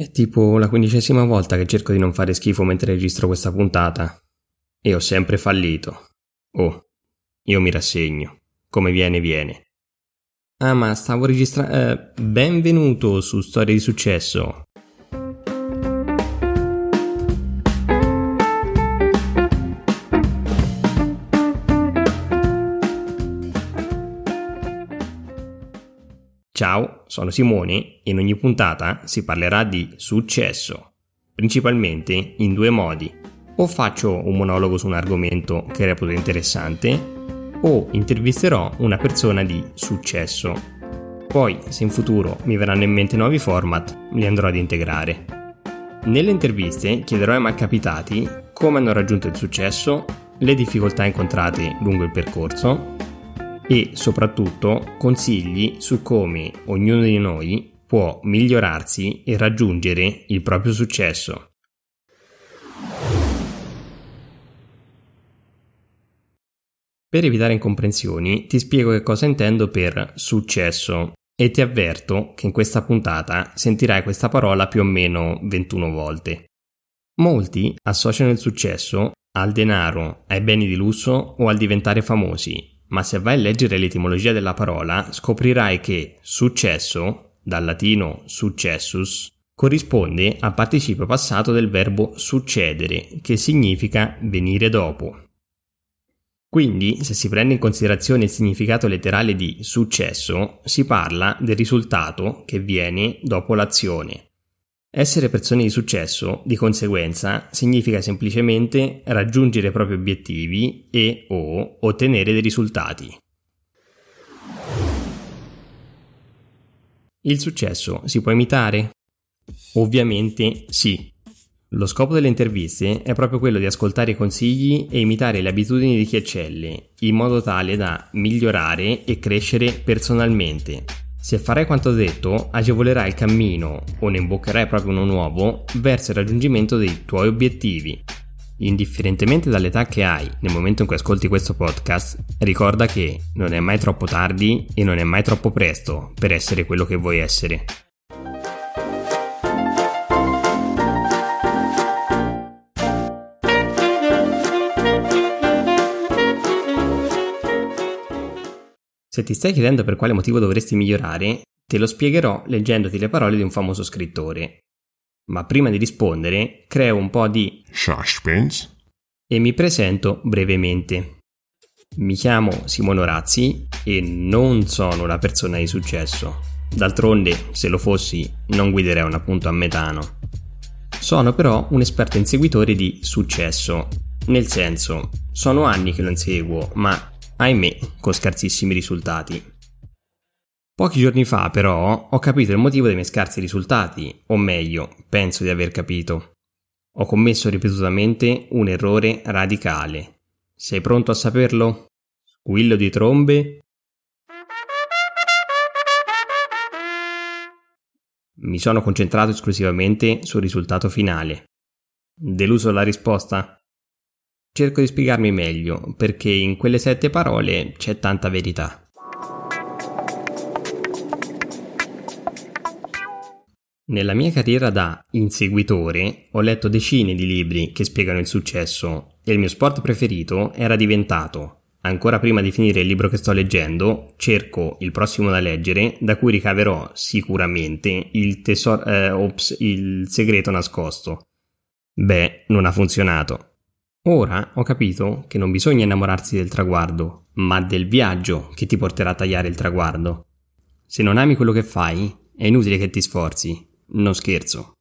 È tipo la 15ª volta che cerco di non fare schifo mentre registro questa puntata e ho sempre fallito. Oh, io mi rassegno. Come viene, viene. Ah, ma stavo registrando... benvenuto su Storie di Successo. Ciao, sono Simone e in ogni puntata si parlerà di successo, principalmente in due modi. O faccio un monologo su un argomento che reputo interessante, o intervisterò una persona di successo. Poi, se in futuro mi verranno in mente nuovi format, li andrò ad integrare. Nelle interviste chiederò ai malcapitati come hanno raggiunto il successo, le difficoltà incontrate lungo il percorso e soprattutto consigli su come ognuno di noi può migliorarsi e raggiungere il proprio successo. Per evitare incomprensioni ti spiego che cosa intendo per successo e ti avverto che in questa puntata sentirai questa parola più o meno 21 volte. Molti associano il successo al denaro, ai beni di lusso o al diventare famosi. Ma se vai a leggere l'etimologia della parola, scoprirai che successo, dal latino successus, corrisponde al participio passato del verbo succedere, che significa venire dopo. Quindi, se si prende in considerazione il significato letterale di successo, si parla del risultato che viene dopo l'azione. Essere persone di successo, di conseguenza, significa semplicemente raggiungere i propri obiettivi e/o ottenere dei risultati. Il successo si può imitare? Ovviamente sì. Lo scopo delle interviste è proprio quello di ascoltare i consigli e imitare le abitudini di chi eccelle, in modo tale da migliorare e crescere personalmente. Se farai quanto detto, agevolerai il cammino, o ne imboccherai proprio uno nuovo, verso il raggiungimento dei tuoi obiettivi. Indifferentemente dall'età che hai nel momento in cui ascolti questo podcast, ricorda che non è mai troppo tardi e non è mai troppo presto per essere quello che vuoi essere. Se ti stai chiedendo per quale motivo dovresti migliorare, te lo spiegherò leggendoti le parole di un famoso scrittore. Ma prima di rispondere, creo un po' di suspense e mi presento brevemente. Mi chiamo Simone Orazzi e non sono una persona di successo. D'altronde, se lo fossi, non guiderei un appunto a metano. Sono però un esperto inseguitore di successo. Nel senso, sono anni che lo inseguo, ma ahimè, con scarsissimi risultati. Pochi giorni fa, però, ho capito il motivo dei miei scarsi risultati, o meglio, penso di aver capito. Ho commesso ripetutamente un errore radicale. Sei pronto a saperlo? Squillo di trombe? Mi sono concentrato esclusivamente sul risultato finale. Deluso dalla risposta? Cerco di spiegarmi meglio, perché in quelle 7 parole c'è tanta verità. Nella mia carriera da inseguitore ho letto decine di libri che spiegano il successo e il mio sport preferito era diventato, ancora prima di finire il libro che sto leggendo, cerco il prossimo da leggere da cui ricaverò sicuramente il segreto nascosto. Beh, non ha funzionato. Ora ho capito che non bisogna innamorarsi del traguardo, ma del viaggio che ti porterà a tagliare il traguardo. Se non ami quello che fai, è inutile che ti sforzi. Non scherzo.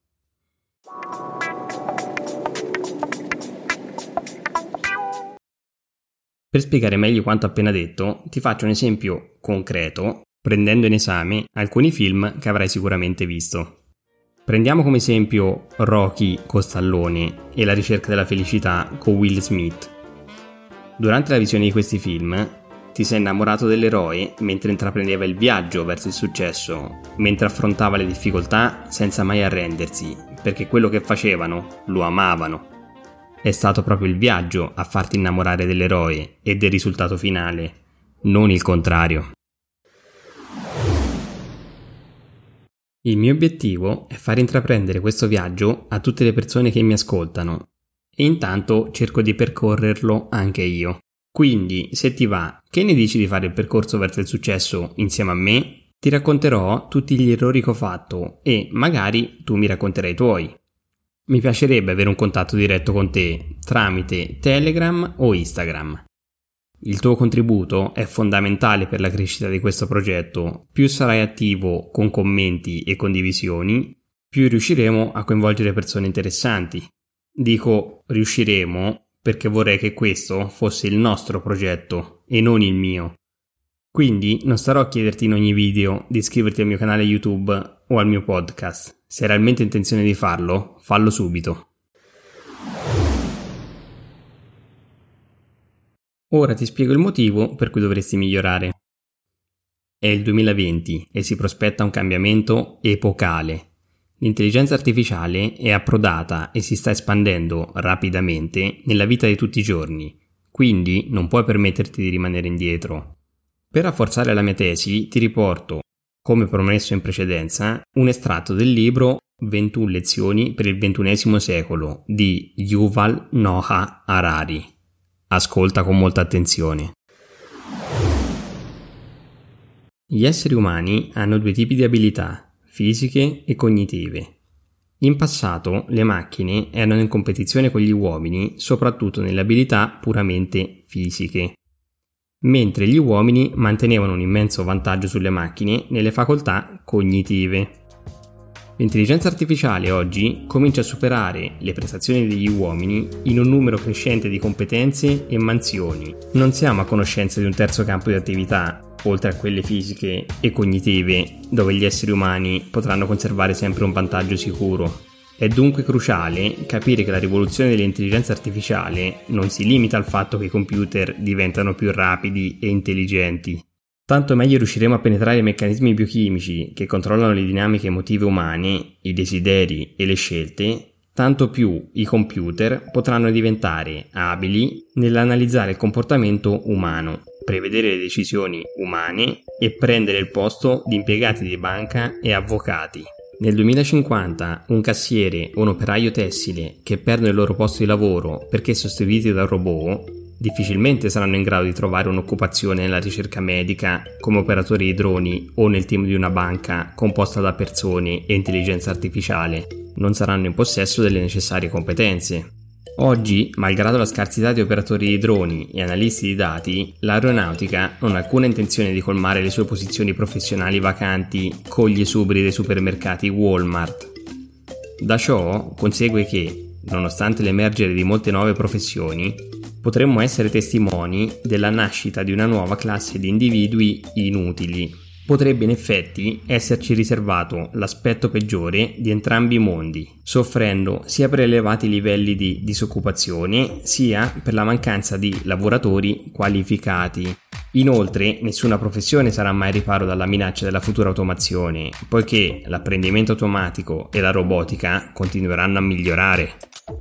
Per spiegare meglio quanto appena detto, ti faccio un esempio concreto, prendendo in esame alcuni film che avrai sicuramente visto. Prendiamo come esempio Rocky con Stallone e La ricerca della felicità con Will Smith. Durante la visione di questi film ti sei innamorato dell'eroe mentre intraprendeva il viaggio verso il successo, mentre affrontava le difficoltà senza mai arrendersi, perché quello che facevano lo amavano. È stato proprio il viaggio a farti innamorare dell'eroe e del risultato finale, non il contrario. Il mio obiettivo è far intraprendere questo viaggio a tutte le persone che mi ascoltano e intanto cerco di percorrerlo anche io. Quindi, se ti va, che ne dici di fare il percorso verso il successo insieme a me? Ti racconterò tutti gli errori che ho fatto e magari tu mi racconterai i tuoi. Mi piacerebbe avere un contatto diretto con te tramite Telegram o Instagram. Il tuo contributo è fondamentale per la crescita di questo progetto. Più sarai attivo con commenti e condivisioni, più riusciremo a coinvolgere persone interessanti. Dico riusciremo perché vorrei che questo fosse il nostro progetto e non il mio. Quindi non starò a chiederti in ogni video di iscriverti al mio canale YouTube o al mio podcast. Se hai realmente intenzione di farlo, fallo subito. Ora ti spiego il motivo per cui dovresti migliorare. È il 2020 e si prospetta un cambiamento epocale. L'intelligenza artificiale è approdata e si sta espandendo rapidamente nella vita di tutti i giorni, quindi non puoi permetterti di rimanere indietro. Per rafforzare la mia tesi ti riporto, come promesso in precedenza, un estratto del libro 21 lezioni per il XXI secolo di Yuval Noah Harari. Ascolta con molta attenzione. Gli esseri umani hanno due tipi di abilità, fisiche e cognitive. In passato le macchine erano in competizione con gli uomini soprattutto nelle abilità puramente fisiche, mentre gli uomini mantenevano un immenso vantaggio sulle macchine nelle facoltà cognitive. L'intelligenza artificiale oggi comincia a superare le prestazioni degli uomini in un numero crescente di competenze e mansioni. Non siamo a conoscenza di un terzo campo di attività, oltre a quelle fisiche e cognitive, dove gli esseri umani potranno conservare sempre un vantaggio sicuro. È dunque cruciale capire che la rivoluzione dell'intelligenza artificiale non si limita al fatto che i computer diventano più rapidi e intelligenti. Tanto meglio riusciremo a penetrare i meccanismi biochimici che controllano le dinamiche emotive umane, i desideri e le scelte, tanto più i computer potranno diventare abili nell'analizzare il comportamento umano, prevedere le decisioni umane e prendere il posto di impiegati di banca e avvocati. Nel 2050 un cassiere o un operaio tessile che perdono il loro posto di lavoro perché sostituiti da robot difficilmente saranno in grado di trovare un'occupazione nella ricerca medica come operatori di droni o nel team di una banca composta da persone e intelligenza artificiale. Non saranno in possesso delle necessarie competenze. Oggi, malgrado la scarsità di operatori di droni e analisti di dati, l'aeronautica non ha alcuna intenzione di colmare le sue posizioni professionali vacanti con gli esuberi dei supermercati Walmart. Da ciò consegue che, nonostante l'emergere di molte nuove professioni, potremmo essere testimoni della nascita di una nuova classe di individui inutili. Potrebbe in effetti esserci riservato l'aspetto peggiore di entrambi i mondi, soffrendo sia per elevati livelli di disoccupazione sia per la mancanza di lavoratori qualificati. Inoltre, nessuna professione sarà mai riparo dalla minaccia della futura automazione, poiché l'apprendimento automatico e la robotica continueranno a migliorare.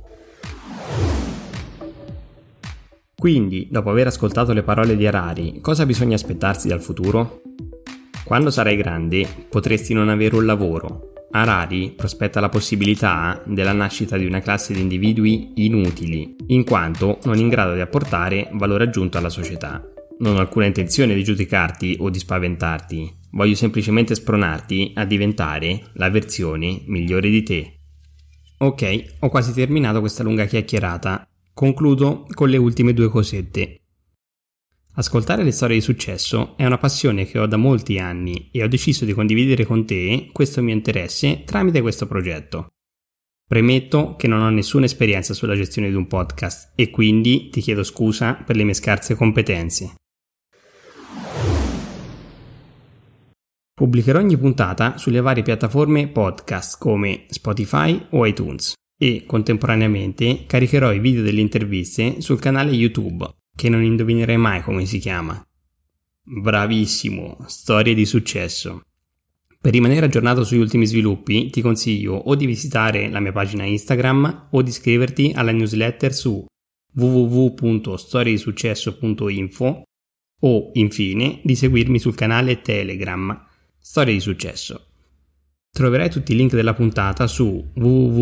Quindi, dopo aver ascoltato le parole di Harari, cosa bisogna aspettarsi dal futuro? Quando sarai grande, potresti non avere un lavoro. Harari prospetta la possibilità della nascita di una classe di individui inutili, in quanto non in grado di apportare valore aggiunto alla società. Non ho alcuna intenzione di giudicarti o di spaventarti, voglio semplicemente spronarti a diventare la versione migliore di te. Ok, ho quasi terminato questa lunga chiacchierata. Concludo con le ultime due cosette. Ascoltare le storie di successo è una passione che ho da molti anni e ho deciso di condividere con te questo mio interesse tramite questo progetto. Premetto che non ho nessuna esperienza sulla gestione di un podcast e quindi ti chiedo scusa per le mie scarse competenze. Pubblicherò ogni puntata sulle varie piattaforme podcast come Spotify o iTunes e contemporaneamente caricherò i video delle interviste sul canale YouTube, che non indovinerai mai come si chiama. Bravissimo, storie di successo. Per rimanere aggiornato sugli ultimi sviluppi ti consiglio o di visitare la mia pagina Instagram o di iscriverti alla newsletter su www.storiedisuccesso.info o infine di seguirmi sul canale Telegram Storie di Successo. Troverai tutti i link della puntata su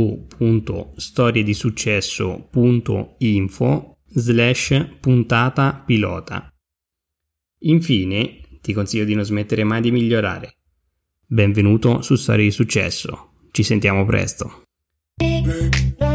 www.storiedisuccesso.info/puntata pilota. Infine, ti consiglio di non smettere mai di migliorare. Benvenuto su Storie di Successo. Ci sentiamo presto.